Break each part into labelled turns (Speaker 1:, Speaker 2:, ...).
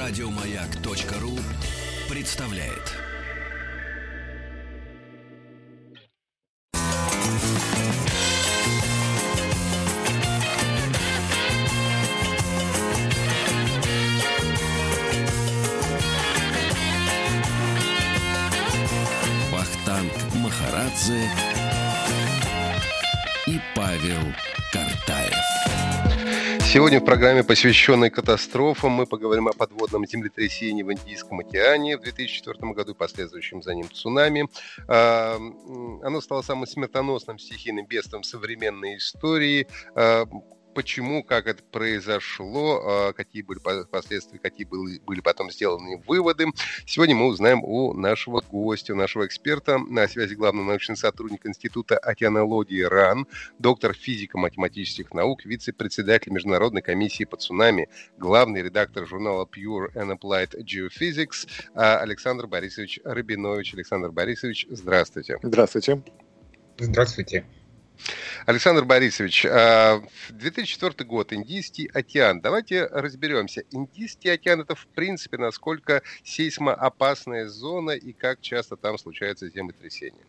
Speaker 1: Радиомаяк.ру представляет. Вахтанг Махарадзе и Павел Картаев.
Speaker 2: Сегодня в программе, посвященной катастрофам, мы поговорим о подводном землетрясении в Индийском океане в 2004 году и последующем за ним цунами. Оно стало самым смертоносным стихийным бедствием современной истории. Почему, как это произошло, какие были последствия, какие были потом сделаны выводы. Сегодня мы узнаем у нашего гостя, у нашего эксперта. На связи главный научный сотрудник Института океанологии РАН, доктор физико-математических наук, вице-председатель Международной комиссии по цунами, главный редактор журнала Pure and Applied Geophysics Александр Борисович Рабинович. Александр Борисович, здравствуйте.
Speaker 3: Здравствуйте.
Speaker 4: Здравствуйте.
Speaker 2: Александр Борисович, 2004 год, Индийский океан. Давайте разберемся. Индийский океан — это, в принципе, насколько сейсмоопасная зона и как часто там случаются землетрясения?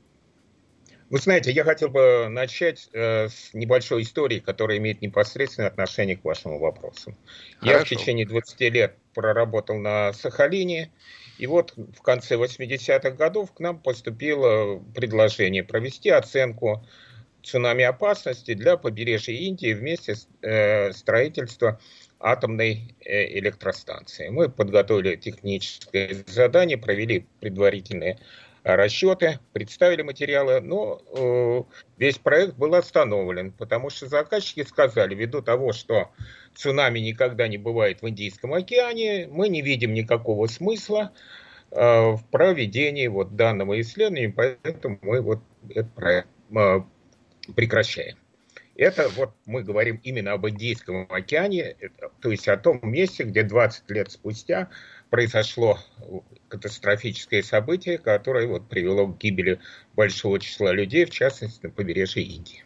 Speaker 4: Вы знаете, я хотел бы начать с небольшой истории, которая имеет непосредственное отношение к вашему вопросу.
Speaker 2: Хорошо.
Speaker 4: Я в течение 20 лет проработал на Сахалине, и вот в конце 80-х годов к нам поступило предложение провести оценку цунами опасности для побережья Индии вместе с строительством атомной электростанции. Мы подготовили техническое задание, провели предварительные расчеты, представили материалы, но весь проект был остановлен, потому что заказчики сказали, ввиду того, что цунами никогда не бывает в Индийском океане, мы не видим никакого смысла в проведении данного исследования, поэтому мы этот проект прекращаем. Это мы говорим именно об Индийском океане, то есть о том месте, где 20 лет спустя произошло катастрофическое событие, которое привело к гибели большого числа людей, в частности, на побережье Индии.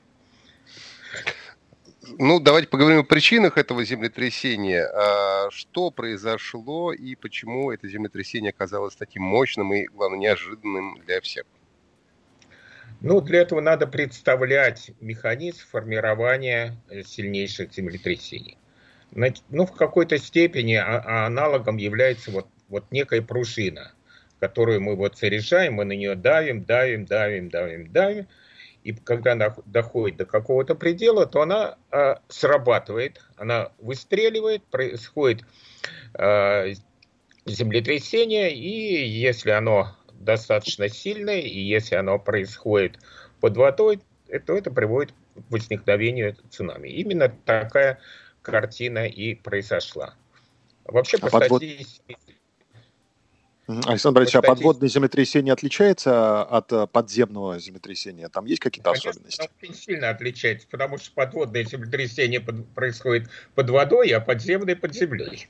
Speaker 2: Давайте поговорим о причинах этого землетрясения. Что произошло и почему это землетрясение оказалось таким мощным и, главное, неожиданным для всех?
Speaker 4: Для этого надо представлять механизм формирования сильнейших землетрясений. В какой-то степени аналогом является некая пружина, которую мы заряжаем, мы на нее давим, и когда доходит до какого-то предела, то она срабатывает, она выстреливает, происходит землетрясение, и если оно достаточно сильное, и если оно происходит под водой, то это приводит к возникновению цунами. Именно такая картина и произошла. Вообще, по статистике...
Speaker 3: Александр Борисович, подводное землетрясение отличается от подземного землетрясения? Там есть какие-то особенности?
Speaker 4: Конечно, очень сильно отличается, потому что подводное землетрясение происходит под водой, а подземное под землей.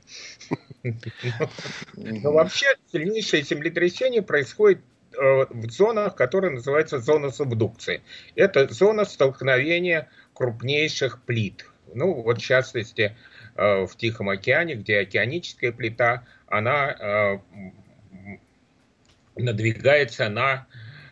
Speaker 4: Но вообще сильнейшее землетрясение происходит в зонах, которые называются зона субдукции. Это зона столкновения крупнейших плит. В частности, в Тихом океане, где океаническая плита, она надвигается на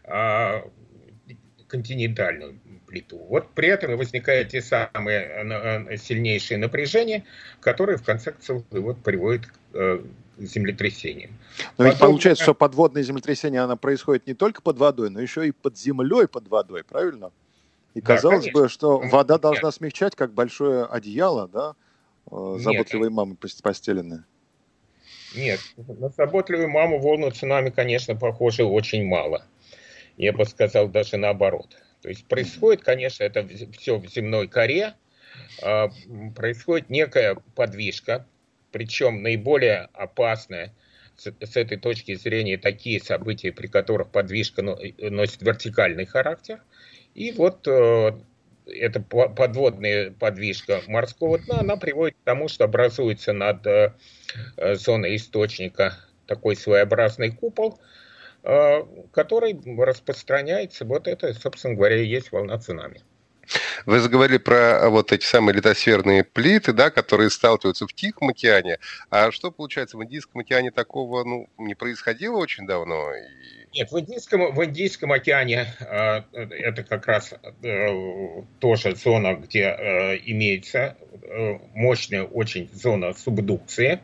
Speaker 4: континентальную плиту. При этом и возникают те самые сильнейшие напряжения, которые в конце концов приводят к землетрясениям.
Speaker 3: Но ведь получается, что подводное землетрясение оно происходит не только под водой, но еще и под землей под водой, правильно? И казалось бы, что вода должна смягчать, как большое одеяло, да, заботливой мамой постеленное.
Speaker 4: Нет, на заботливую маму волны цунами, конечно, похоже очень мало. Я бы сказал, даже наоборот. То есть происходит, конечно, это все в земной коре, происходит некая подвижка, причем наиболее опасная с этой точки зрения такие события, при которых подвижка носит вертикальный характер. И эта подводная подвижка морского дна, она приводит к тому, что образуется над зоной источника такой своеобразный купол, который распространяется. Это, собственно говоря, и есть волна цунами.
Speaker 2: Вы заговорили про вот эти самые литосферные плиты, да, которые сталкиваются в Тихом океане. А что получается, в Индийском океане такого не происходило очень давно?
Speaker 4: Нет, в Индийском океане это как раз тоже зона, где имеется мощная очень зона субдукции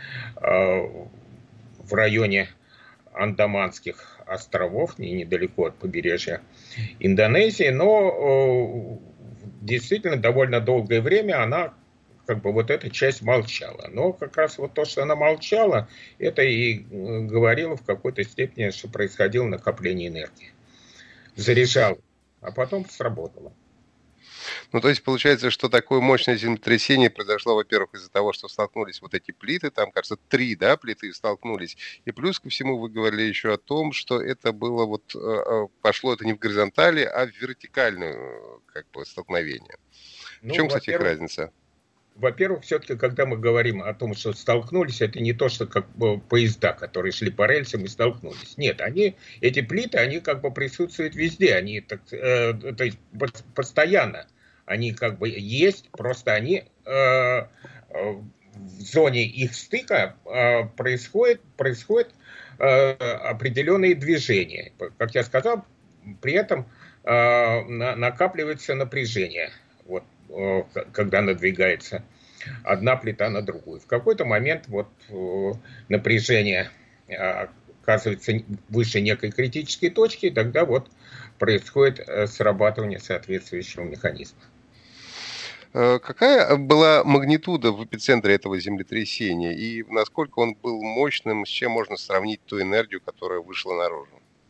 Speaker 4: в районе Андаманских островов, недалеко от побережья Индонезии, но действительно довольно долгое время она вот эта часть молчала. Но как раз вот то, что она молчала, это и говорило в какой-то степени, что происходило накопление энергии. Заряжал, а потом сработало.
Speaker 2: То есть получается, что такое мощное землетрясение произошло, во-первых, из-за того, что столкнулись вот эти плиты, там, кажется, 3, да, плиты столкнулись, и плюс ко всему вы говорили еще о том, что это было пошло это не в горизонтали, а в вертикальную, столкновение. В чем, кстати, их разница?
Speaker 4: Во-первых, все-таки, когда мы говорим о том, что столкнулись, это не то, что поезда, которые шли по рельсам и столкнулись. Нет, эти плиты, они присутствуют везде, они то есть постоянно. Они есть, просто они в зоне их стыка происходит определенные движения. Как я сказал, при этом накапливается напряжение. Когда надвигается одна плита на другую. В какой-то момент напряжение оказывается выше некой критической точки, и тогда происходит срабатывание соответствующего механизма.
Speaker 2: Какая была магнитуда в эпицентре этого землетрясения и насколько он был мощным, с чем можно сравнить ту энергию, которая вышла наружу?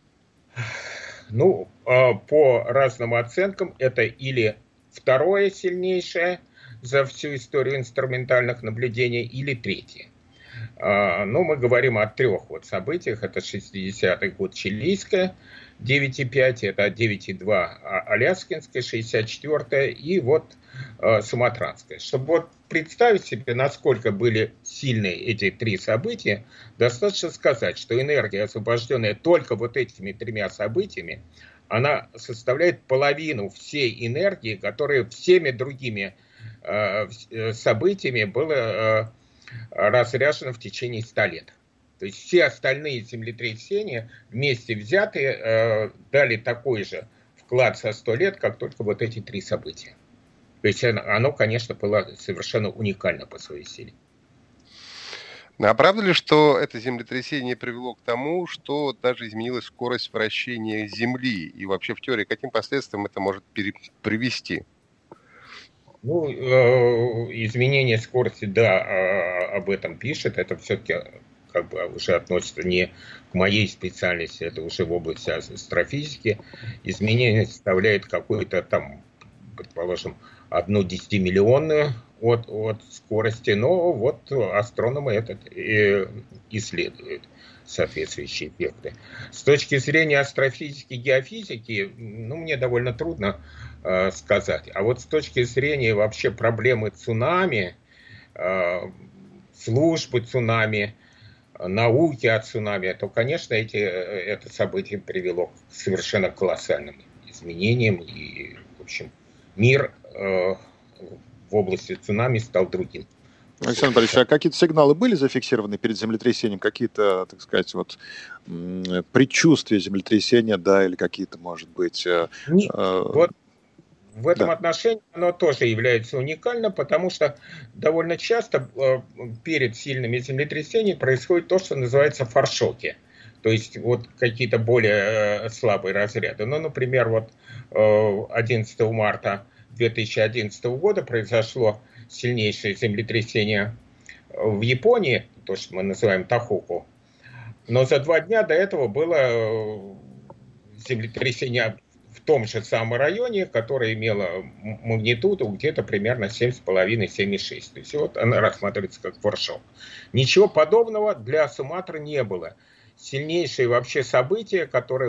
Speaker 4: По разным оценкам это или второе сильнейшее за всю историю инструментальных наблюдений или третье. Мы говорим о 3 событиях. Это 60-й год чилийское, 9,5, это 9,2 аляскинское, 64-е и суматранское. Чтобы представить себе, насколько были сильны эти 3 события, достаточно сказать, что энергия, освобожденная только этими 3 событиями, она составляет половину всей энергии, которая всеми другими событиями была разряжена в течение 100 лет. То есть все остальные землетрясения вместе взятые дали такой же вклад за 100 лет, как только эти 3 события. То есть оно, конечно, было совершенно уникально по своей силе.
Speaker 2: А правда ли, что это землетрясение привело к тому, что даже изменилась скорость вращения Земли? И вообще в теории каким последствиям это может привести?
Speaker 4: Изменение скорости, да, об этом пишет. Это все-таки уже относится не к моей специальности, это уже в области астрофизики. Изменение составляет какую-то предположим, 1 десятимиллионную от скорости, но астрономы исследуют соответствующие эффекты. С точки зрения астрофизики, геофизики, мне довольно трудно сказать. А с точки зрения вообще проблемы цунами, службы цунами, науки о цунами, то, конечно, это событие привело к совершенно колоссальным изменениям. И, в общем, мир в области цунами стал другим.
Speaker 3: Александр Борисович, а какие-то сигналы были зафиксированы перед землетрясением? Какие-то, так сказать, предчувствия землетрясения, да, или какие-то, может быть...
Speaker 4: В этом отношении оно тоже является уникально, потому что довольно часто перед сильными землетрясениями происходит то, что называется форшоки. То есть какие-то более слабые разряды. Например, 11 марта 2011 года произошло сильнейшее землетрясение в Японии, то, что мы называем Тохоку. Но за 2 дня до этого было землетрясение в том же самом районе, которое имело магнитуду где-то примерно 7,5-7,6. То есть она рассматривается как форшок. Ничего подобного для Суматры не было. Сильнейшее вообще событие, которое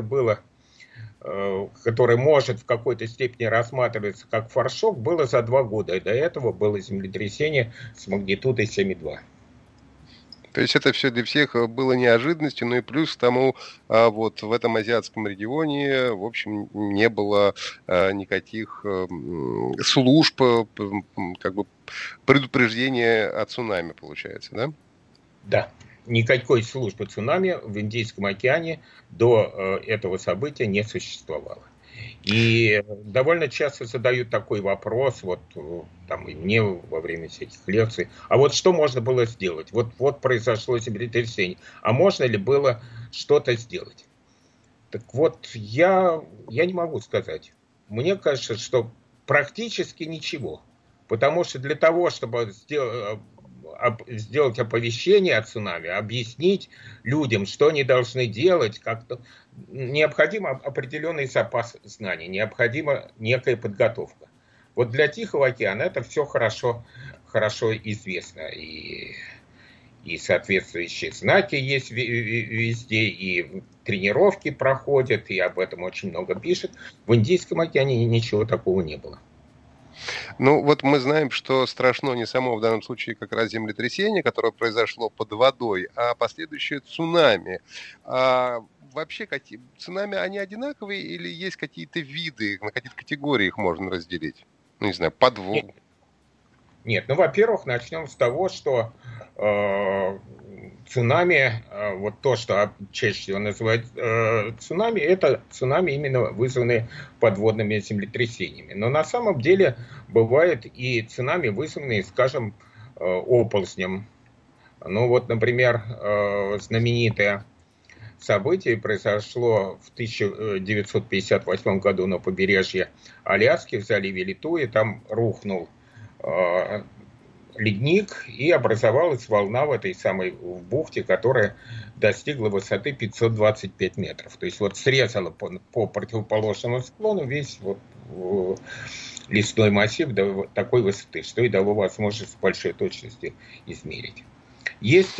Speaker 4: может в какой-то степени рассматриваться как форшок, было за 2 года. И до этого было землетрясение с магнитудой 7,2.
Speaker 2: То есть это все для всех было неожиданностью, ну и плюс к тому, вот в этом азиатском регионе, в общем, не было никаких служб, как бы предупреждения о цунами, получается, да?
Speaker 4: Да, никакой службы цунами в Индийском океане до этого события не существовало. И довольно часто задают такой вопрос, вот там и мне во время всяких лекций, а вот что можно было сделать? Вот произошло землетрясение, а можно ли было что-то сделать? Так вот, я не могу сказать. Мне кажется, что практически ничего. Потому что для того, чтобы сделать оповещение о цунами, объяснить людям, что они должны делать, как-то необходим определенный запас знаний, необходима некая подготовка. Вот для Тихого океана это все хорошо известно. И соответствующие знаки есть везде, и тренировки проходят, и об этом очень много пишут. В Индийском океане ничего такого не было.
Speaker 2: Ну, вот мы знаем, что страшно не само в данном случае как раз землетрясение, которое произошло под водой, а последующее цунами. Вообще, цунами, они одинаковые или есть какие-то виды, на какие-то категории их можно разделить? Ну, не знаю, подвод.
Speaker 4: Нет, ну, во-первых, начнем с того, что цунами, вот то, что чаще всего называют цунами, это цунами именно вызванные подводными землетрясениями. Но на самом деле бывают и цунами, вызванные, скажем, оползнем. Ну вот, например, знаменитое событие произошло в 1958 году на побережье Аляски в заливе Литуи. Там рухнул ледник, и образовалась волна в этой самой бухте, которая достигла высоты 525 метров. То есть вот срезала по противоположному склону весь вот лесной массив до такой высоты, что и дало возможность с большой точностью измерить. Есть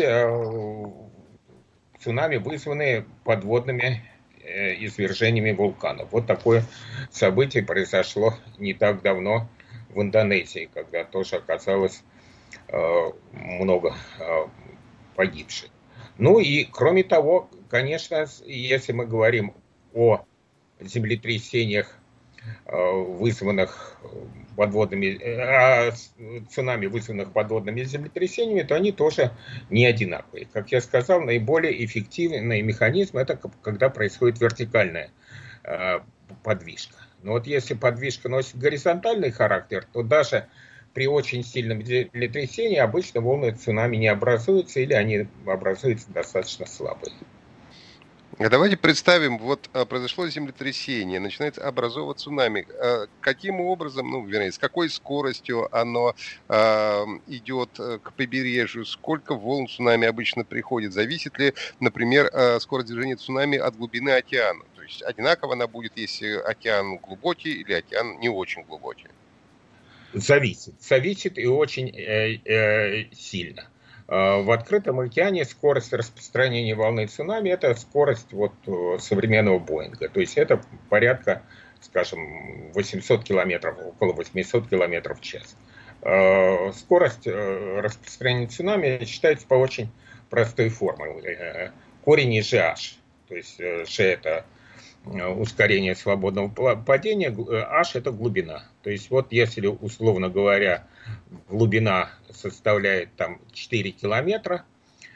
Speaker 4: цунами, вызванные подводными извержениями вулканов. Вот такое событие произошло не так давно в Индонезии, когда тоже оказалось много погибших. Ну и кроме того, конечно, если мы говорим о землетрясениях, вызванных цунами, вызванных подводными землетрясениями, то они тоже не одинаковые. Как я сказал, наиболее эффективный механизм — это когда происходит вертикальная подвижка. Но вот если подвижка носит горизонтальный характер, то даже при очень сильном землетрясении обычно волны цунами не образуются, или они образуются достаточно слабые.
Speaker 2: Давайте представим, вот произошло землетрясение, начинает образовываться цунами. Каким образом, ну, вернее, с какой скоростью оно идет к побережью, сколько волн цунами обычно приходит, зависит ли, например, скорость движения цунами от глубины океана? То есть одинаково она будет, если океан глубокий или океан не очень глубокий?
Speaker 4: Зависит и очень сильно. В открытом океане скорость распространения волны цунами — это скорость вот современного Боинга. То есть это порядка, скажем, 800 километров, около 800 километров в час. Скорость распространения цунами считается по очень простой формуле. Корень из GH. То есть G — это ускорение свободного падения, H — это глубина. То есть вот если, условно говоря, глубина составляет там 4 километра,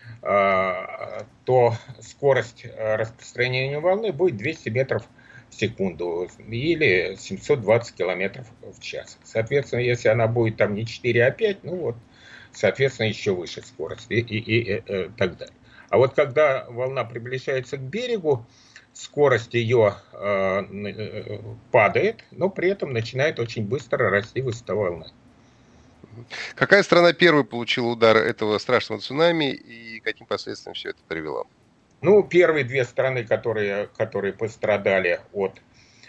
Speaker 4: то скорость распространения волны будет 200 метров в секунду или 720 километров в час. Соответственно, если она будет там не 4, а 5, ну вот, соответственно, еще выше скорость и так далее. А вот когда волна приближается к берегу, скорость ее падает, но при этом начинает очень быстро расти высота волны.
Speaker 2: Какая страна первой получила удар этого страшного цунами и каким последствиям все это привело?
Speaker 4: Ну, первые две страны, которые пострадали от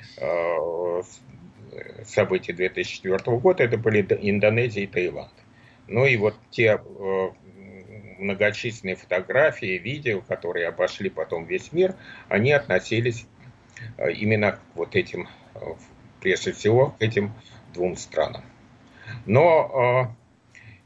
Speaker 4: событий 2004 года, это были Индонезия и Таиланд. Ну и вот те многочисленные фотографии, видео, которые обошли потом весь мир, они относились именно к вот этим, прежде всего, к этим двум странам. Но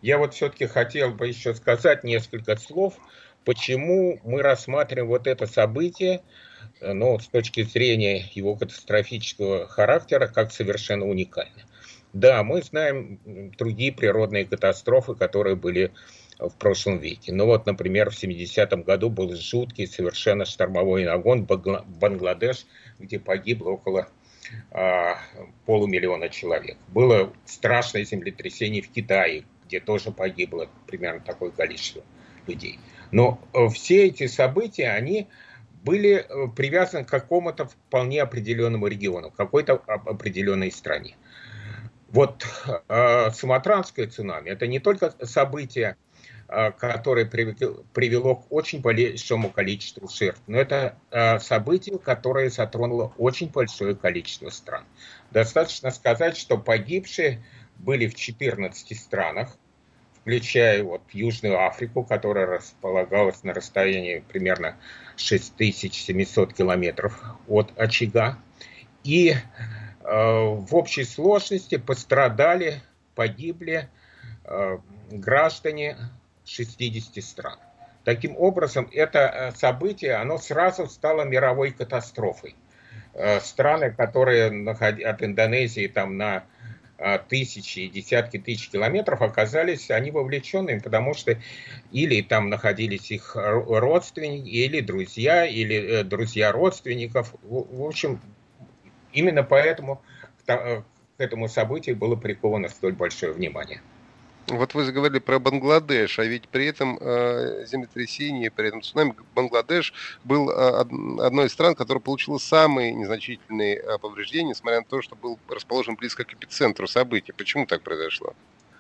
Speaker 4: я вот все-таки хотел бы еще сказать несколько слов, почему мы рассматриваем вот это событие, ну, с точки зрения его катастрофического характера, как совершенно уникальное. Да, мы знаем другие природные катастрофы, которые были в прошлом веке. Ну вот, например, в 70-м году был жуткий совершенно штормовой нагон в Бангладеш, где погибло около 500 000 человек. Было страшное землетрясение в Китае, где тоже погибло примерно такое количество людей. Но все эти события, они были привязаны к какому-то вполне определенному региону, к какой-то определенной стране. Вот Суматранское цунами – это не только событие, которое привело к очень большому количеству жертв, но это событие, которое затронуло очень большое количество стран. Достаточно сказать, что погибшие были в 14 странах, включая вот Южную Африку, которая располагалась на расстоянии примерно 6700 километров от очага. И в общей сложности пострадали, погибли граждане 60 стран. Таким образом, это событие, оно сразу стало мировой катастрофой. Страны, которые от Индонезии там на тысячи и десятки тысяч километров, оказались они вовлеченными, потому что или там находились их родственники, или друзья родственников. В общем, именно поэтому к этому событию было приковано столь большое внимание.
Speaker 2: Вот вы заговорили про Бангладеш, а ведь при этом землетрясение, при этом цунами Бангладеш был одной из стран, которая получила самые незначительные повреждения, несмотря на то, что был расположен близко к эпицентру событий. Почему так произошло?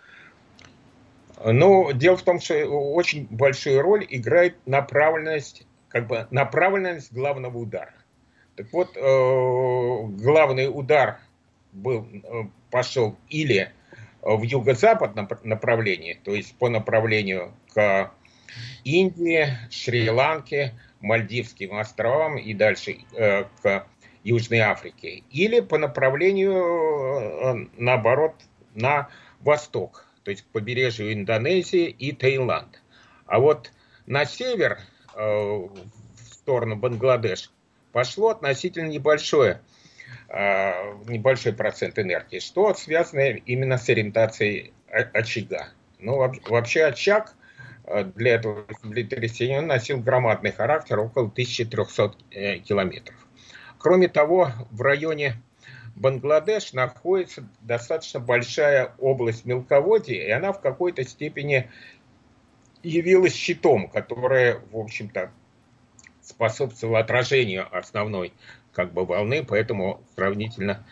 Speaker 4: Ну, дело в том, что очень большую роль играет направленность главного удара. Так вот, главный удар пошел или в юго-западном направлении, то есть по направлению к Индии, Шри-Ланке, Мальдивским островам и дальше к Южной Африке, или по направлению, наоборот, на восток, то есть к побережью Индонезии и Таиланда. А вот на север, в сторону Бангладеш, пошло относительно небольшой процент энергии, что связано именно с ориентацией очага. Ну, вообще очаг для этого землетрясения носил громадный характер, около 1300 километров. Кроме того, в районе Бангладеш находится достаточно большая область мелководья, и она в какой-то степени явилась щитом, которая, в общем-то, способствовала отражению основной волны, поэтому сравнительно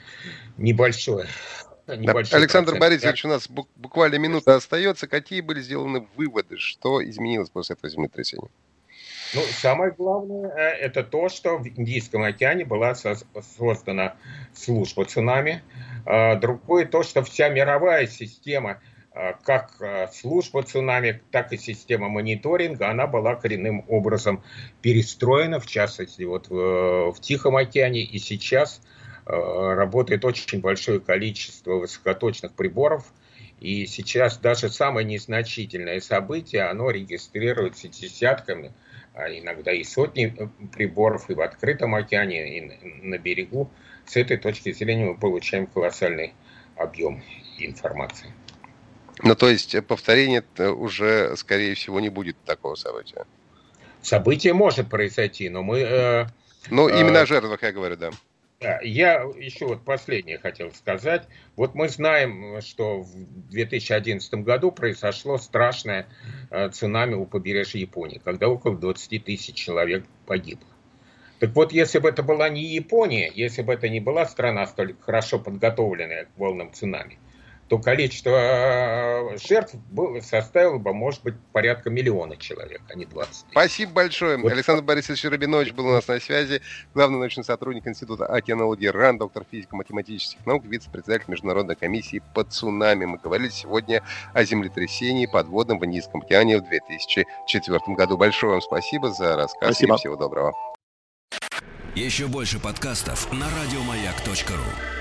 Speaker 4: небольшой
Speaker 2: Александр
Speaker 4: процент.
Speaker 2: Борисович, у нас буквально минута остается. Какие были сделаны выводы, что изменилось после этого землетрясения?
Speaker 4: Ну, самое главное, это то, что в Индийском океане была создана служба цунами. Другое то, что вся мировая система, как служба цунами, так и система мониторинга, она была коренным образом перестроена, в частности, вот в Тихом океане, и сейчас работает очень большое количество высокоточных приборов, и сейчас даже самое незначительное событие, оно регистрируется десятками, а иногда и сотни приборов и в открытом океане, и на берегу. С этой точки зрения мы получаем колоссальный объем информации.
Speaker 2: Ну, то есть повторения уже, скорее всего, не будет такого события?
Speaker 4: Событие может произойти, но мы...
Speaker 2: Ну, именно о жертвах я говорю, да.
Speaker 4: Я еще вот последнее хотел сказать. Вот мы знаем, что в 2011 году произошло страшное цунами у побережья Японии, когда около 20 тысяч человек погибло. Так вот, если бы это была не Япония, если бы это не была страна столь хорошо подготовленная к волнам цунами, то количество жертв составило бы, может быть, порядка 1 миллиона человек, а не 20 тысяч.
Speaker 2: Спасибо большое. Вот. Александр Борисович Рабинович был у нас на связи, главный научный сотрудник Института океанологии РАН, доктор физико-математических наук, вице-председатель Международной комиссии по цунами. Мы говорили сегодня о землетрясении подводном в Индийском океане в 2004 году. Большое вам спасибо за рассказ. Спасибо. И всего доброго.
Speaker 1: Еще больше подкастов на радиомаяк.ру.